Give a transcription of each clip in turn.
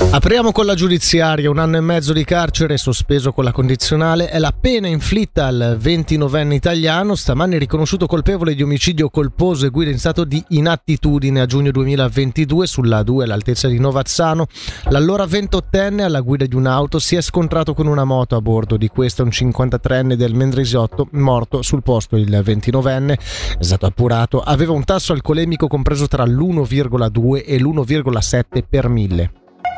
Apriamo con la giudiziaria. 1 anno e mezzo di carcere sospeso con la condizionale è la pena inflitta al 29enne italiano, stamani riconosciuto colpevole di omicidio colposo e guida in stato di inattitudine a giugno 2022 sulla A2 all'altezza di Novazzano. L'allora 28enne alla guida di un'auto si è scontrato con una moto. A bordo di questa un 53enne del Mendrisiotto, morto sul posto. Il 29enne, è stato appurato, aveva un tasso alcolemico compreso tra l'1,2 e l'1,7 per 1000.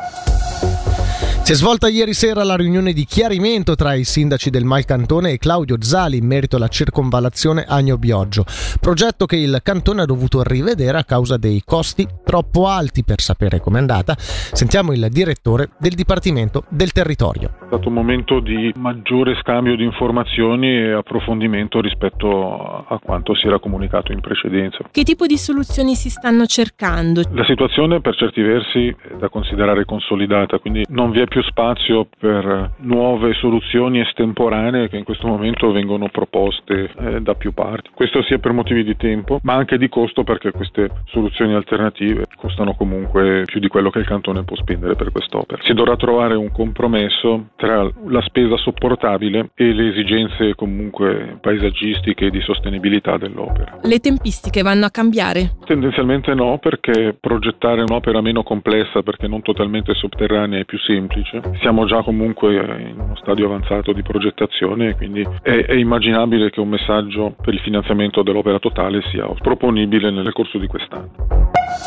Si è svolta ieri sera la riunione di chiarimento tra i sindaci del Malcantone e Claudio Zali in merito alla circonvallazione Agno-Bioggio, progetto che il cantone ha dovuto rivedere a causa dei costi troppo alti. Per sapere com'è andata, sentiamo il direttore del Dipartimento del Territorio. È stato un momento di maggiore scambio di informazioni e approfondimento rispetto a quanto si era comunicato in precedenza. Che tipo di soluzioni si stanno cercando? La situazione per certi versi è da considerare consolidata, quindi non vi è più spazio per nuove soluzioni estemporanee che in questo momento vengono proposte da più parti. Questo sia per motivi di tempo, ma anche di costo, perché queste soluzioni alternative costano comunque più di quello che il cantone può spendere per quest'opera. Si dovrà trovare un compromesso tra la spesa sopportabile e le esigenze comunque paesaggistiche e di sostenibilità dell'opera. Le tempistiche vanno a cambiare? Tendenzialmente no, perché progettare un'opera meno complessa, perché non totalmente sotterranea, è più semplice. Siamo già comunque in uno stadio avanzato di progettazione, quindi è immaginabile che un messaggio per il finanziamento dell'opera totale sia proponibile nel corso di quest'anno.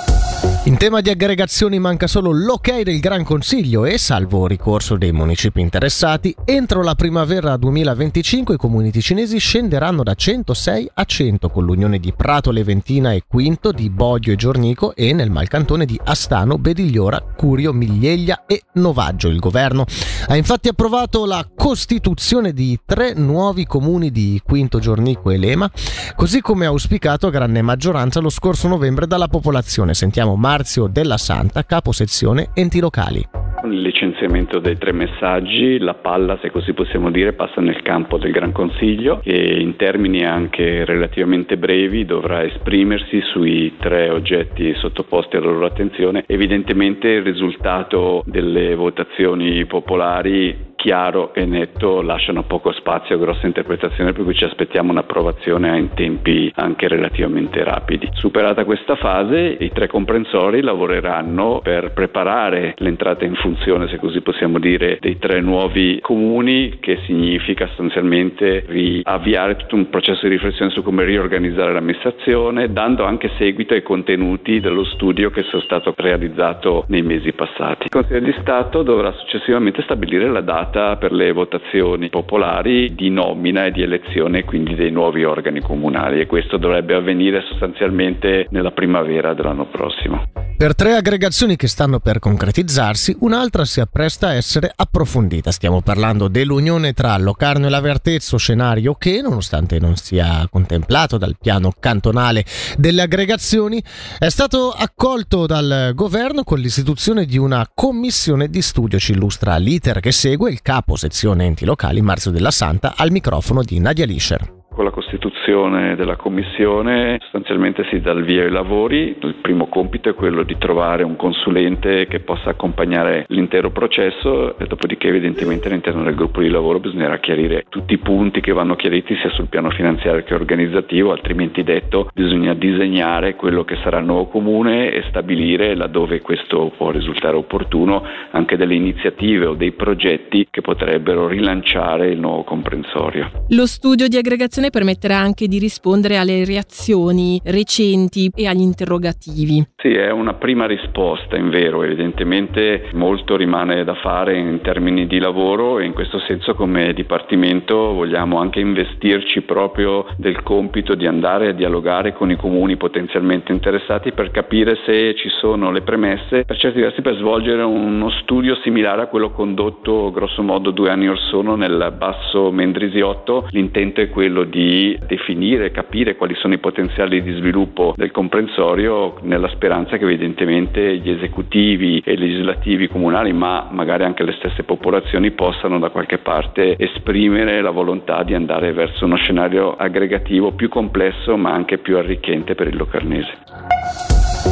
In tema di aggregazioni manca solo l'ok del Gran Consiglio e, salvo ricorso dei municipi interessati, entro la primavera 2025 i comuni ticinesi scenderanno da 106 a 100, con l'unione di Prato Leventina e Quinto, di Bodio e Giornico, e nel Malcantone di Astano, Bedigliora, Curio, Miglieglia e Novaggio. Il governo ha infatti approvato la costituzione di 3 nuovi comuni di Quinto, Giornico e Lema, così come auspicato a grande maggioranza lo scorso novembre dalla popolazione. Sentiamo Marzio Della Santa, capo sezione enti locali. Con il licenziamento dei 3 messaggi, la palla, se così possiamo dire, passa nel campo del Gran Consiglio, e in termini anche relativamente brevi dovrà esprimersi sui 3 oggetti sottoposti alla loro attenzione. Evidentemente il risultato delle votazioni popolari, chiaro e netto, lasciano poco spazio a grosse interpretazioni, per cui ci aspettiamo un'approvazione in tempi anche relativamente rapidi. Superata questa fase, i 3 comprensori lavoreranno per preparare l'entrata in funzione, se così possiamo dire, dei 3 nuovi comuni, che significa sostanzialmente riavviare tutto un processo di riflessione su come riorganizzare l'amministrazione, dando anche seguito ai contenuti dello studio che è stato realizzato nei mesi passati. Il Consiglio di Stato dovrà successivamente stabilire la data per le votazioni popolari di nomina e di elezione, quindi dei nuovi organi comunali, e questo dovrebbe avvenire sostanzialmente nella primavera dell'anno prossimo. Per 3 aggregazioni che stanno per concretizzarsi, un'altra si appresta a essere approfondita. Stiamo parlando dell'unione tra Locarno e Lavertezzo, scenario che, nonostante non sia contemplato dal piano cantonale delle aggregazioni, è stato accolto dal governo con l'istituzione di una commissione di studio. Ci illustra l'iter che segue il capo sezione enti locali Marzio Della Santa al microfono di Nadia Lischer. Con la costituzione della commissione sostanzialmente si dà il via ai lavori. Il primo compito è quello di trovare un consulente che possa accompagnare l'intero processo, e dopodiché evidentemente all'interno del gruppo di lavoro bisognerà chiarire tutti i punti che vanno chiariti sia sul piano finanziario che organizzativo, altrimenti detto bisogna disegnare quello che sarà il nuovo comune e stabilire, laddove questo può risultare opportuno, anche delle iniziative o dei progetti che potrebbero rilanciare il nuovo comprensorio. Lo studio di aggregazione permetterà anche di rispondere alle reazioni recenti e agli interrogativi. Sì, è una prima risposta, in vero. Evidentemente molto rimane da fare in termini di lavoro, e in questo senso come Dipartimento vogliamo anche investirci proprio del compito di andare a dialogare con i comuni potenzialmente interessati per capire se ci sono le premesse, per certi versi per svolgere uno studio similare a quello condotto grosso modo 2 anni or sono nel Basso Mendrisiotto. L'intento è quello di definire, capire quali sono i potenziali di sviluppo del comprensorio, nella speranza che evidentemente gli esecutivi e legislativi comunali, ma magari anche le stesse popolazioni, possano da qualche parte esprimere la volontà di andare verso uno scenario aggregativo più complesso ma anche più arricchente per il Locarnese.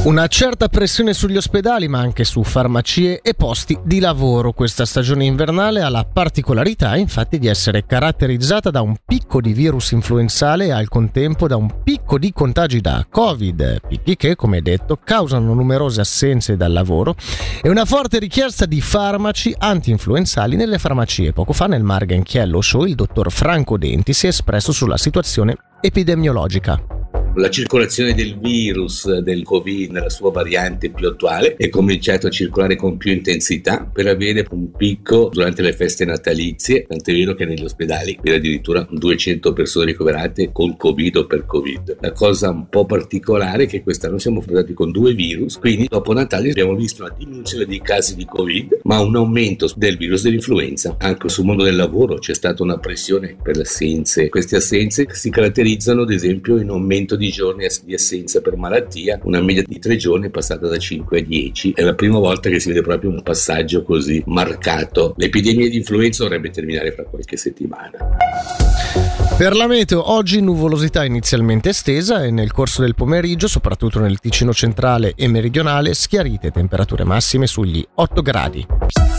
Una certa pressione sugli ospedali, ma anche su farmacie e posti di lavoro. Questa stagione invernale ha la particolarità, infatti, di essere caratterizzata da un picco di virus influenzale e al contempo da un picco di contagi da Covid, picchi che, come detto, causano numerose assenze dal lavoro e una forte richiesta di farmaci anti-influenzali nelle farmacie. Poco fa nel Marghen Chiello Show il dottor Franco Denti si è espresso sulla situazione epidemiologica. La circolazione del virus del Covid nella sua variante più attuale è cominciato a circolare con più intensità per avere un picco durante le feste natalizie, tant'è vero che negli ospedali era addirittura 200 persone ricoverate con Covid o per Covid. La cosa un po' particolare è che quest'anno siamo affrontati con 2 virus, quindi dopo Natale abbiamo visto una diminuzione dei casi di Covid, ma un aumento del virus dell'influenza. Anche sul mondo del lavoro c'è stata una pressione per le assenze. Queste assenze si caratterizzano ad esempio in aumento di giorni di assenza per malattia, una media di 3 giorni è passata da 5 a 10. È la prima volta che si vede proprio un passaggio così marcato. L'epidemia di influenza dovrebbe terminare fra qualche settimana. Per la meteo, oggi nuvolosità inizialmente estesa e nel corso del pomeriggio, soprattutto nel Ticino centrale e meridionale, schiarite, temperature massime sugli 8 gradi.